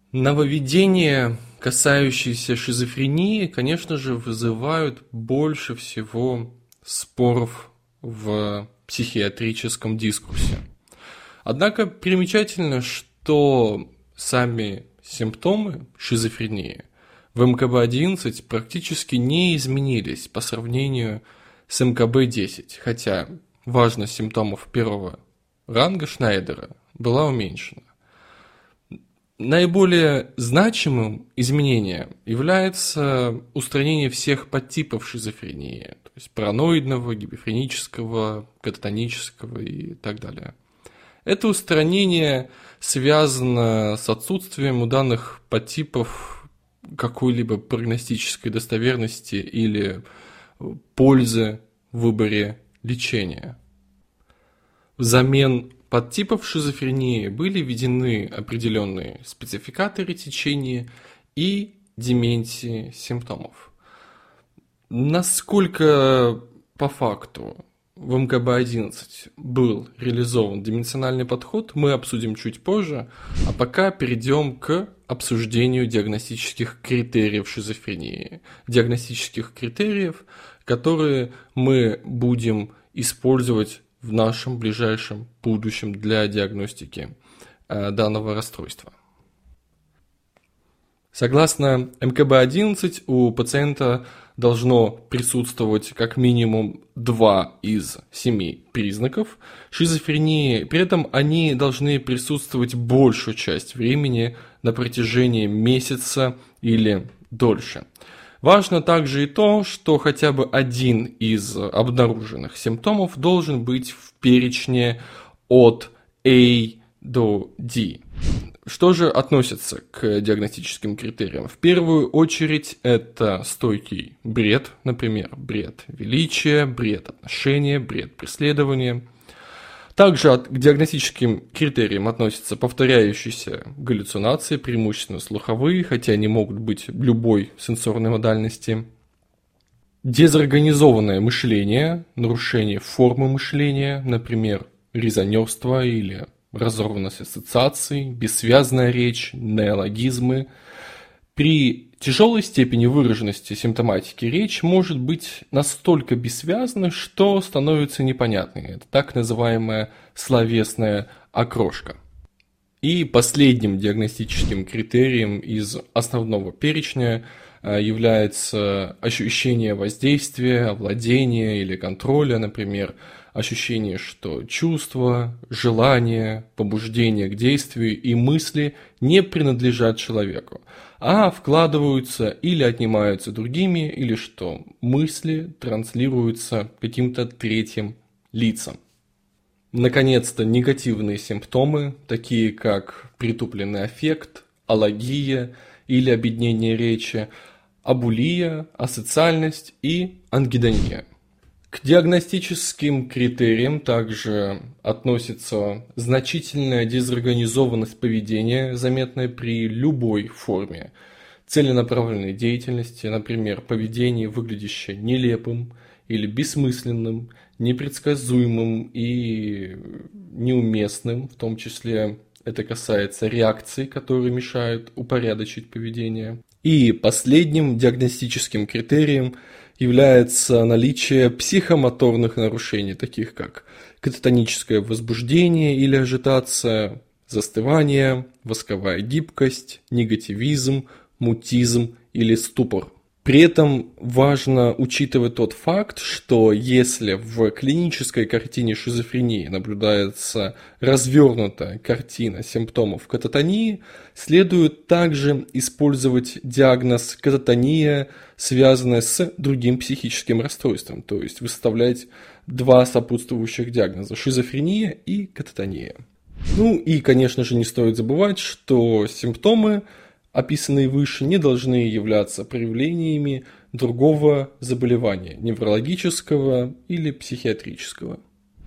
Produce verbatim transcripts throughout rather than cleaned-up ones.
Нововведения, касающиеся шизофрении, конечно же, вызывают больше всего споров в психиатрическом дискурсе. Однако примечательно, что сами симптомы шизофрении в эм ка бэ одиннадцать практически не изменились по сравнению с эм ка бэ десять, хотя важность симптомов первого ранга Шнайдера была уменьшена. Наиболее значимым изменением является устранение всех подтипов шизофрении, то есть параноидного, гипофренического, кататонического и так далее. Это устранение связано с отсутствием у данных подтипов какой-либо прогностической достоверности или пользы в выборе лечения. Взамен подтипов шизофрении были введены определенные спецификаторы течения и деменции симптомов. Насколько по факту в эм ка бэ одиннадцать был реализован деменциональный подход, мы обсудим чуть позже, а пока перейдем к обсуждению диагностических критериев шизофрении. Диагностических критериев, которые мы будем использовать в нашем ближайшем будущем для диагностики э, данного расстройства. Согласно эм ка бэ одиннадцать, у пациента должно присутствовать как минимум два из семи признаков шизофрении, при этом они должны присутствовать большую часть времени на протяжении месяца или дольше. Важно также и то, что хотя бы один из обнаруженных симптомов должен быть в перечне от А до Д. Что же относится к диагностическим критериям? В первую очередь это стойкий бред, например, бред величия, бред отношения, бред преследования. Также к диагностическим критериям относятся повторяющиеся галлюцинации, преимущественно слуховые, хотя они могут быть любой сенсорной модальности. Дезорганизованное мышление, нарушение формы мышления, например, резонерство или разорванность ассоциаций, бессвязная речь, неологизмы. При тяжелой степени выраженности симптоматики речь может быть настолько бессвязной, что становится непонятной. Это так называемая словесная окрошка. И последним диагностическим критерием из основного перечня является ощущение воздействия, овладения или контроля, например, ощущение, что чувства, желания, побуждение к действию и мысли не принадлежат человеку, а вкладываются или отнимаются другими, или что мысли транслируются каким-то третьим лицам. Наконец-то, негативные симптомы, такие как притупленный аффект, алогия или обеднение речи, абулия, асоциальность и ангидония. К диагностическим критериям также относится значительная дезорганизованность поведения, заметная при любой форме целенаправленной деятельности, например, поведение, выглядящее нелепым или бессмысленным, непредсказуемым и неуместным, в том числе это касается реакций, которые мешают упорядочить поведение. И последним диагностическим критерием является наличие психомоторных нарушений, таких как кататоническое возбуждение или ажитация, застывание, восковая гибкость, негативизм, мутизм или ступор. При этом важно учитывать тот факт, что если в клинической картине шизофрении наблюдается развернутая картина симптомов кататонии, следует также использовать диагноз кататония, связанная с другим психическим расстройством, то есть выставлять два сопутствующих диагноза – шизофрения и кататония. Ну и, конечно же, не стоит забывать, что симптомы, описанные выше, не должны являться проявлениями другого заболевания, неврологического или психиатрического.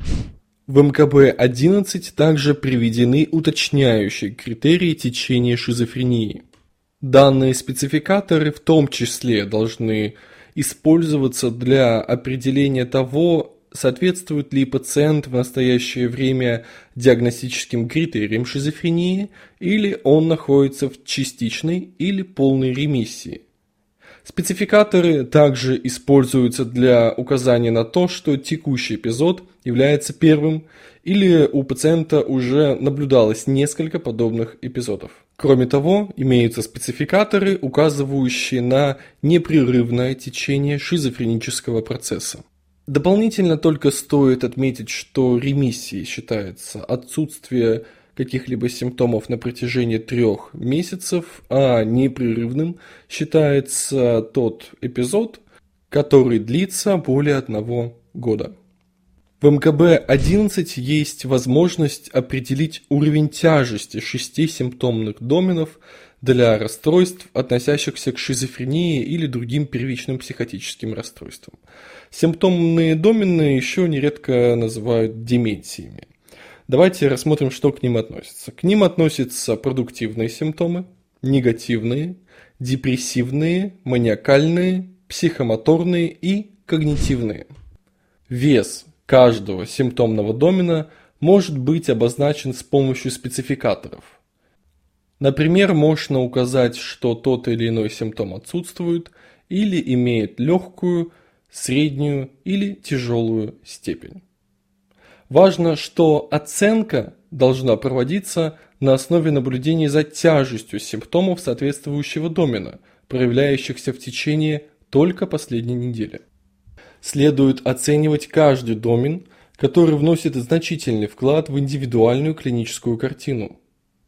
В эм ка бэ одиннадцать также приведены уточняющие критерии течения шизофрении. Данные спецификаторы в том числе должны использоваться для определения того, соответствует ли пациент в настоящее время диагностическим критериям шизофрении, или он находится в частичной или полной ремиссии. Спецификаторы также используются для указания на то, что текущий эпизод является первым, или у пациента уже наблюдалось несколько подобных эпизодов. Кроме того, имеются спецификаторы, указывающие на непрерывное течение шизофренического процесса. Дополнительно только стоит отметить, что ремиссией считается отсутствие каких-либо симптомов на протяжении трех месяцев, а непрерывным считается тот эпизод, который длится более одного года. В эм ка бэ одиннадцать есть возможность определить уровень тяжести шести симптомных доменов для расстройств, относящихся к шизофрении или другим первичным психотическим расстройствам. Симптомные домены еще нередко называют деменциями. Давайте рассмотрим, что к ним относится. К ним относятся продуктивные симптомы, негативные, депрессивные, маниакальные, психомоторные и когнитивные. Вес каждого симптомного домена может быть обозначен с помощью спецификаторов. Например, можно указать, что тот или иной симптом отсутствует или имеет легкую, среднюю или тяжелую степень. Важно, что оценка должна проводиться на основе наблюдения за тяжестью симптомов соответствующего домена, проявляющихся в течение только последней недели. Следует оценивать каждый домен, который вносит значительный вклад в индивидуальную клиническую картину.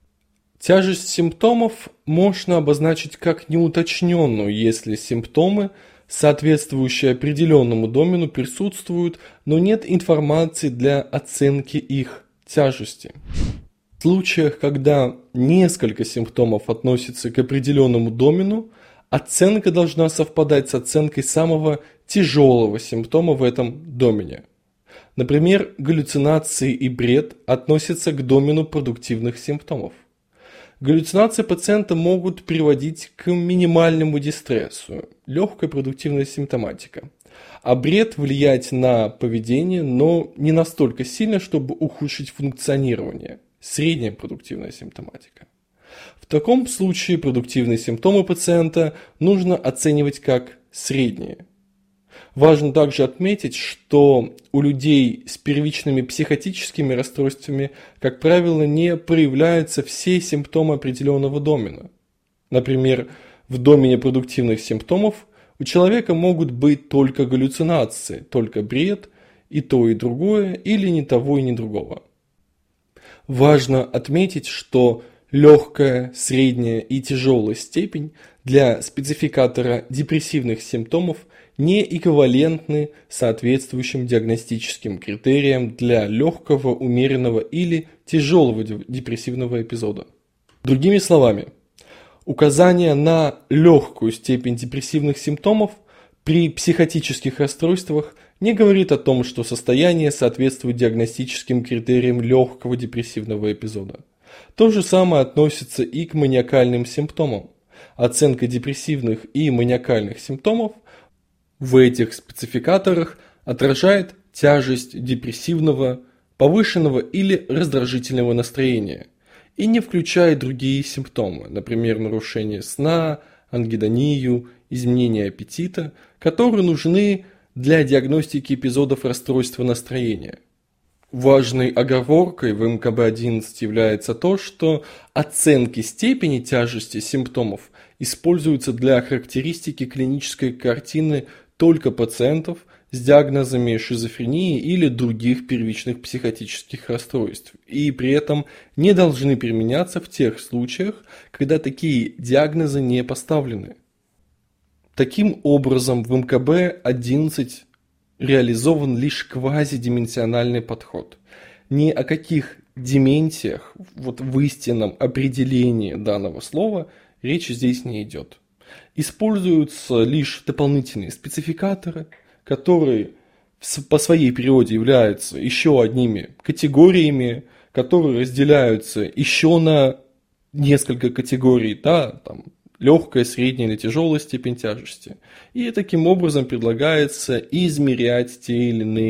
Тяжесть симптомов можно обозначить как неуточненную, если симптомы, соответствующие определенному домену, присутствуют, но нет информации для оценки их тяжести. В случаях, когда несколько симптомов относятся к определенному домену, оценка должна совпадать с оценкой самого тяжелого симптома в этом домене. Например, галлюцинации и бред относятся к домену продуктивных симптомов. Галлюцинации пациента могут приводить к минимальному дистрессу, легкая продуктивная симптоматика. А бред влиять на поведение, но не настолько сильно, чтобы ухудшить функционирование, средняя продуктивная симптоматика. В таком случае продуктивные симптомы пациента нужно оценивать как средние. Важно также отметить, что у людей с первичными психотическими расстройствами, как правило, не проявляются все симптомы определенного домена. Например, в домене продуктивных симптомов у человека могут быть только галлюцинации, только бред, и то, и другое, или ни того, и ни другого. Важно отметить, что легкая, средняя и тяжелая степень для спецификатора депрессивных симптомов не эквивалентны соответствующим диагностическим критериям для легкого, умеренного или тяжелого депрессивного эпизода. Другими словами, указание на легкую степень депрессивных симптомов при психотических расстройствах не говорит о том, что состояние соответствует диагностическим критериям легкого депрессивного эпизода. То же самое относится и к маниакальным симптомам. Оценка депрессивных и маниакальных симптомов в этих спецификаторах отражает тяжесть депрессивного, повышенного или раздражительного настроения и не включает другие симптомы, например, нарушение сна, ангидонию, изменение аппетита, которые нужны для диагностики эпизодов расстройства настроения. Важной оговоркой в эм ка бэ одиннадцать является то, что оценки степени тяжести симптомов используются для характеристики клинической картины только пациентов с диагнозами шизофрении или других первичных психотических расстройств, и при этом не должны применяться в тех случаях, когда такие диагнозы не поставлены. Таким образом, в эм ка бэ одиннадцать реализован лишь квазидименциональный подход. Ни о каких дементиях, вот в истинном определении данного слова, речь здесь не идет. Используются лишь дополнительные спецификаторы, которые по своей природе являются еще одними категориями, которые разделяются еще на несколько категорий, да, там, легкая, средняя или тяжелая степень тяжести. И таким образом предлагается измерять те или иные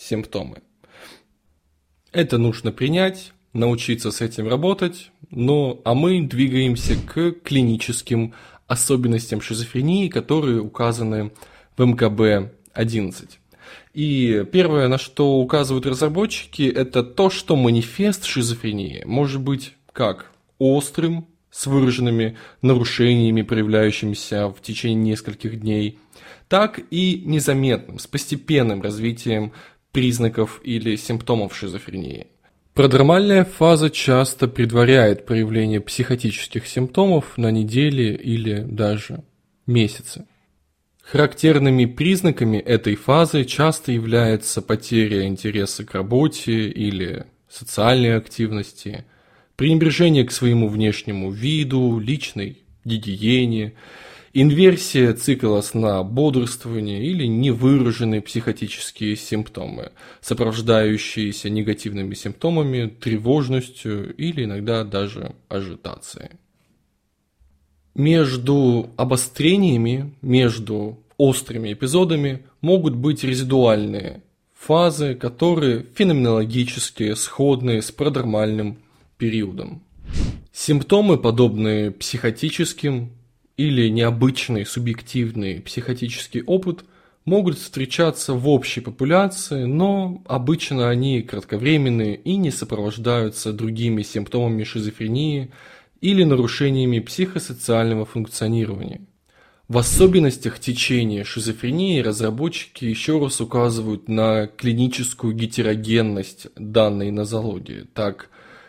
симптомы. Это нужно принять, научиться с этим работать, но, а мы двигаемся к клиническим особенностям шизофрении, которые указаны в эм ка бэ одиннадцать. И первое, на что указывают разработчики, это то, что манифест шизофрении может быть как острым, с выраженными нарушениями, проявляющимися в течение нескольких дней, так и незаметным, с постепенным развитием признаков или симптомов шизофрении. Продромальная фаза часто предваряет проявление психотических симптомов на недели или даже месяцы. Характерными признаками этой фазы часто является потеря интереса к работе или социальной активности, пренебрежение к своему внешнему виду, личной гигиене, инверсия цикла сна, бодрствование или невыраженные психотические симптомы, сопровождающиеся негативными симптомами, тревожностью или иногда даже ажитацией. Между обострениями, между острыми эпизодами могут быть резидуальные фазы, которые феноменологически сходны с продромальным периодом. Симптомы, подобные психотическим или необычный субъективный психотический опыт, могут встречаться в общей популяции, но обычно они кратковременные и не сопровождаются другими симптомами шизофрении или нарушениями психосоциального функционирования. В особенностях течения шизофрении разработчики еще раз указывают на клиническую гетерогенность данной нозологии. Так,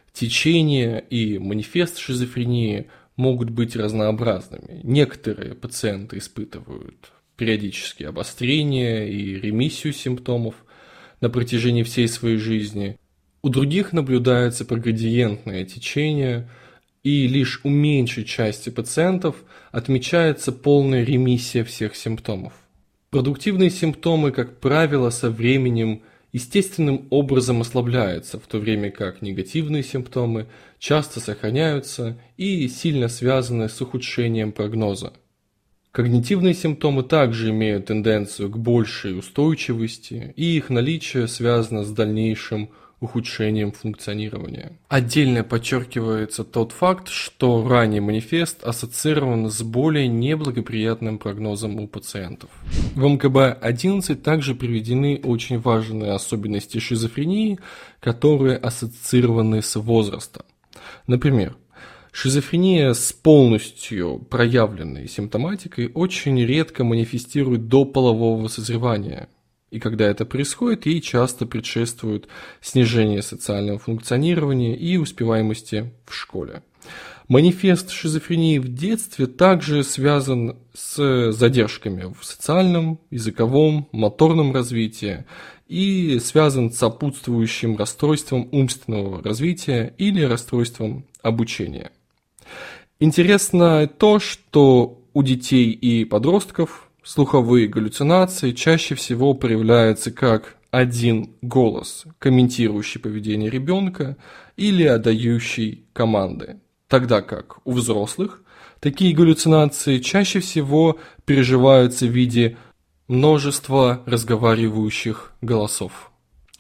течение и манифест шизофрении могут быть разнообразными. Некоторые пациенты испытывают периодические обострения и ремиссию симптомов на протяжении всей своей жизни. У других наблюдается проградиентное течение, и лишь у меньшей части пациентов отмечается полная ремиссия всех симптомов. Продуктивные симптомы, как правило, со временем естественным образом ослабляются, в то время как негативные симптомы часто сохраняются и сильно связаны с ухудшением прогноза. Когнитивные симптомы также имеют тенденцию к большей устойчивости, и их наличие связано с дальнейшим ухудшением функционирования. Отдельно подчеркивается тот факт, что ранний манифест ассоциирован с более неблагоприятным прогнозом у пациентов. В эм ка бэ одиннадцать также приведены очень важные особенности шизофрении, которые ассоциированы с возрастом. Например, шизофрения с полностью проявленной симптоматикой очень редко манифестирует до полового созревания. И когда это происходит, ей часто предшествует снижение социального функционирования и успеваемости в школе. Манифест шизофрении в детстве также связан с задержками в социальном, языковом, моторном развитии и связан с сопутствующим расстройством умственного развития или расстройством обучения. Интересно то, что у детей и подростков слуховые галлюцинации чаще всего проявляются как один голос, комментирующий поведение ребенка или отдающий команды, тогда как у взрослых такие галлюцинации чаще всего переживаются в виде множества разговаривающих голосов.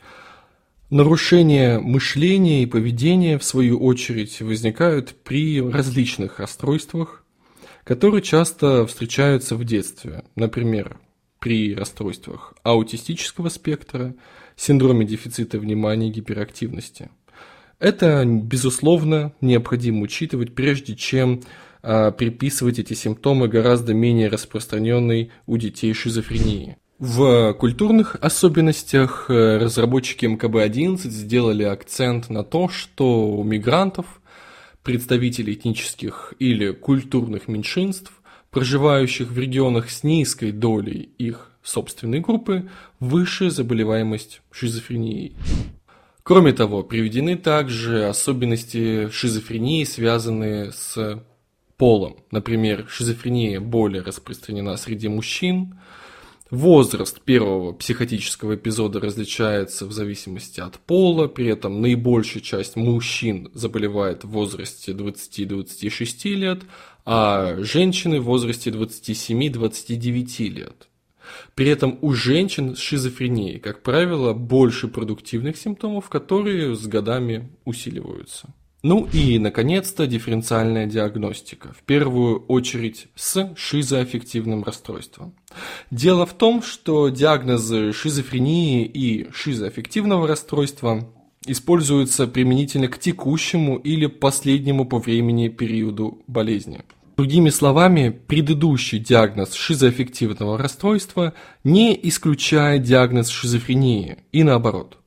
Нарушения мышления и поведения, в свою очередь, возникают при различных расстройствах, которые часто встречаются в детстве, например, при расстройствах аутистического спектра, синдроме дефицита внимания и гиперактивности. Это, безусловно, необходимо учитывать, прежде чем а, приписывать эти симптомы гораздо менее распространенной у детей шизофрении. В культурных особенностях разработчики эм ка бэ одиннадцать сделали акцент на то, что у мигрантов, представителей этнических или культурных меньшинств, проживающих в регионах с низкой долей их собственной группы, выше заболеваемость шизофренией. Кроме того, приведены также особенности шизофрении, связанные с полом. Например, шизофрения более распространена среди мужчин. Возраст первого психотического эпизода различается в зависимости от пола, при этом наибольшая часть мужчин заболевает в возрасте двадцати-двадцати шести лет, а женщины в возрасте двадцати семи-двадцати девяти лет. При этом у женщин с шизофренией, как правило, больше продуктивных симптомов, которые с годами усиливаются. Ну и, наконец-то, дифференциальная диагностика, в первую очередь с шизоаффективным расстройством. Дело в том, что диагнозы шизофрении и шизоаффективного расстройства используются применительно к текущему или последнему по времени периоду болезни. Другими словами, предыдущий диагноз шизоаффективного расстройства не исключает диагноз шизофрении и наоборот.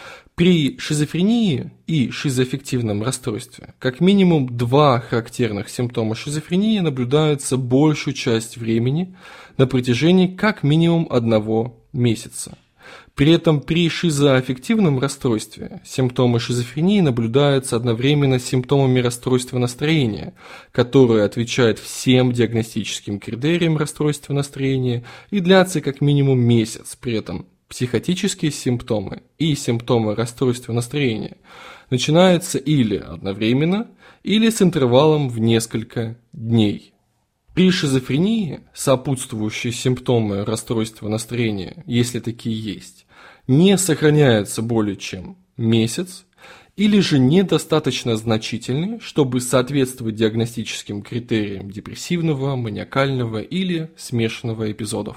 При шизофрении и шизоаффективном расстройстве как минимум два характерных симптома шизофрении наблюдаются большую часть времени на протяжении как минимум одного месяца. При этом при шизоаффективном расстройстве симптомы шизофрении наблюдаются одновременно с симптомами расстройства настроения, которые отвечают всем диагностическим критериям расстройства настроения и длятся как минимум месяц. При этом психотические симптомы и симптомы расстройства настроения начинаются или одновременно, или с интервалом в несколько дней. При шизофрении сопутствующие симптомы расстройства настроения, если такие есть, не сохраняются более чем месяц, или же недостаточно значительны, чтобы соответствовать диагностическим критериям депрессивного, маниакального или смешанного эпизодов.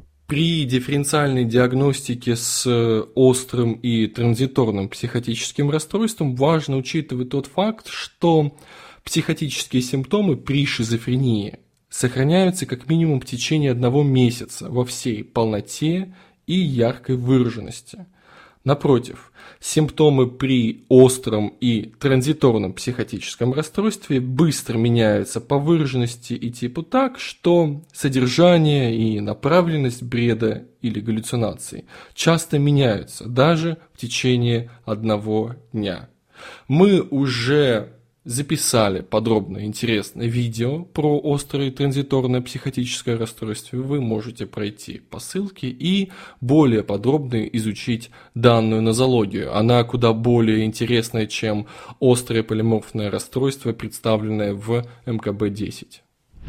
При дифференциальной диагностике с острым и транзиторным психотическим расстройством важно учитывать тот факт, что психотические симптомы при шизофрении сохраняются как минимум в течение одного месяца во всей полноте и яркой выраженности. Напротив, симптомы при остром и транзиторном психотическом расстройстве быстро меняются по выраженности и типу так, что содержание и направленность бреда или галлюцинаций часто меняются даже в течение одного дня. Мы уже записали подробное интересное видео про острое и транзиторное психотическое расстройство. Вы можете пройти по ссылке и более подробно изучить данную нозологию. Она куда более интересная, чем острое полиморфное расстройство, представленное в эм ка бэ десять.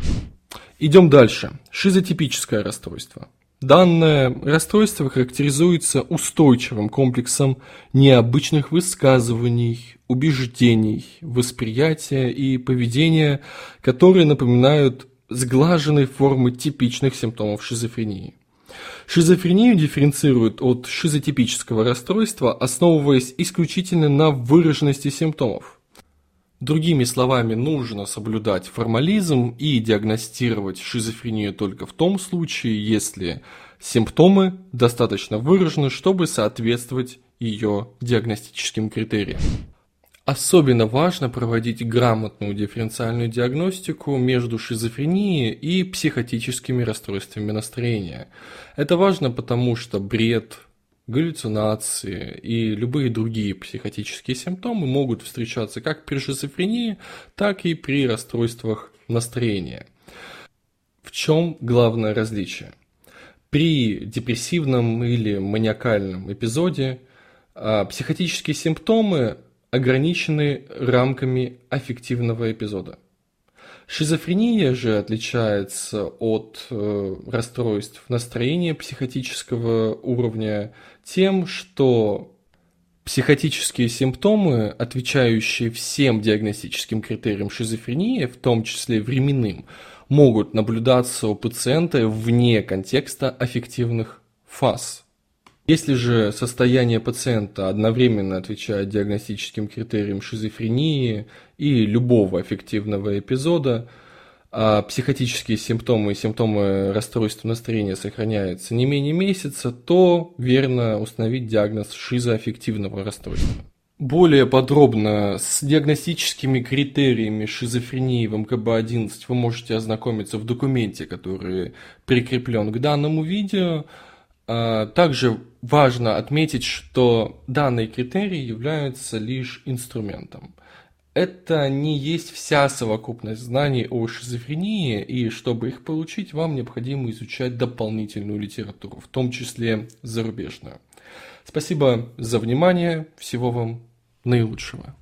Идем дальше. Шизотипическое расстройство. Данное расстройство характеризуется устойчивым комплексом необычных высказываний, убеждений, восприятия и поведения, которые напоминают сглаженные формы типичных симптомов шизофрении. Шизофрению дифференцируют от шизотипического расстройства, основываясь исключительно на выраженности симптомов. Другими словами, нужно соблюдать формализм и диагностировать шизофрению только в том случае, если симптомы достаточно выражены, чтобы соответствовать ее диагностическим критериям. Особенно важно проводить грамотную дифференциальную диагностику между шизофренией и психотическими расстройствами настроения. Это важно, потому что бред, галлюцинации и любые другие психотические симптомы могут встречаться как при шизофрении, так и при расстройствах настроения. В чем главное различие? При депрессивном или маниакальном эпизоде психотические симптомы ограничены рамками аффективного эпизода. Шизофрения же отличается от э, расстройств настроения психотического уровня тем, что психотические симптомы, отвечающие всем диагностическим критериям шизофрении, в том числе временным, могут наблюдаться у пациента вне контекста аффективных фаз. Если же состояние пациента одновременно отвечает диагностическим критериям шизофрении и любого аффективного эпизода, а психотические симптомы и симптомы расстройства настроения сохраняются не менее месяца, то верно установить диагноз шизоаффективного расстройства. Более подробно с диагностическими критериями шизофрении в эм ка бэ одиннадцать вы можете ознакомиться в документе, который прикреплен к данному видео. Также важно отметить, что данные критерии являются лишь инструментом. Это не есть вся совокупность знаний о шизофрении, и чтобы их получить, вам необходимо изучать дополнительную литературу, в том числе зарубежную. Спасибо за внимание, всего вам наилучшего.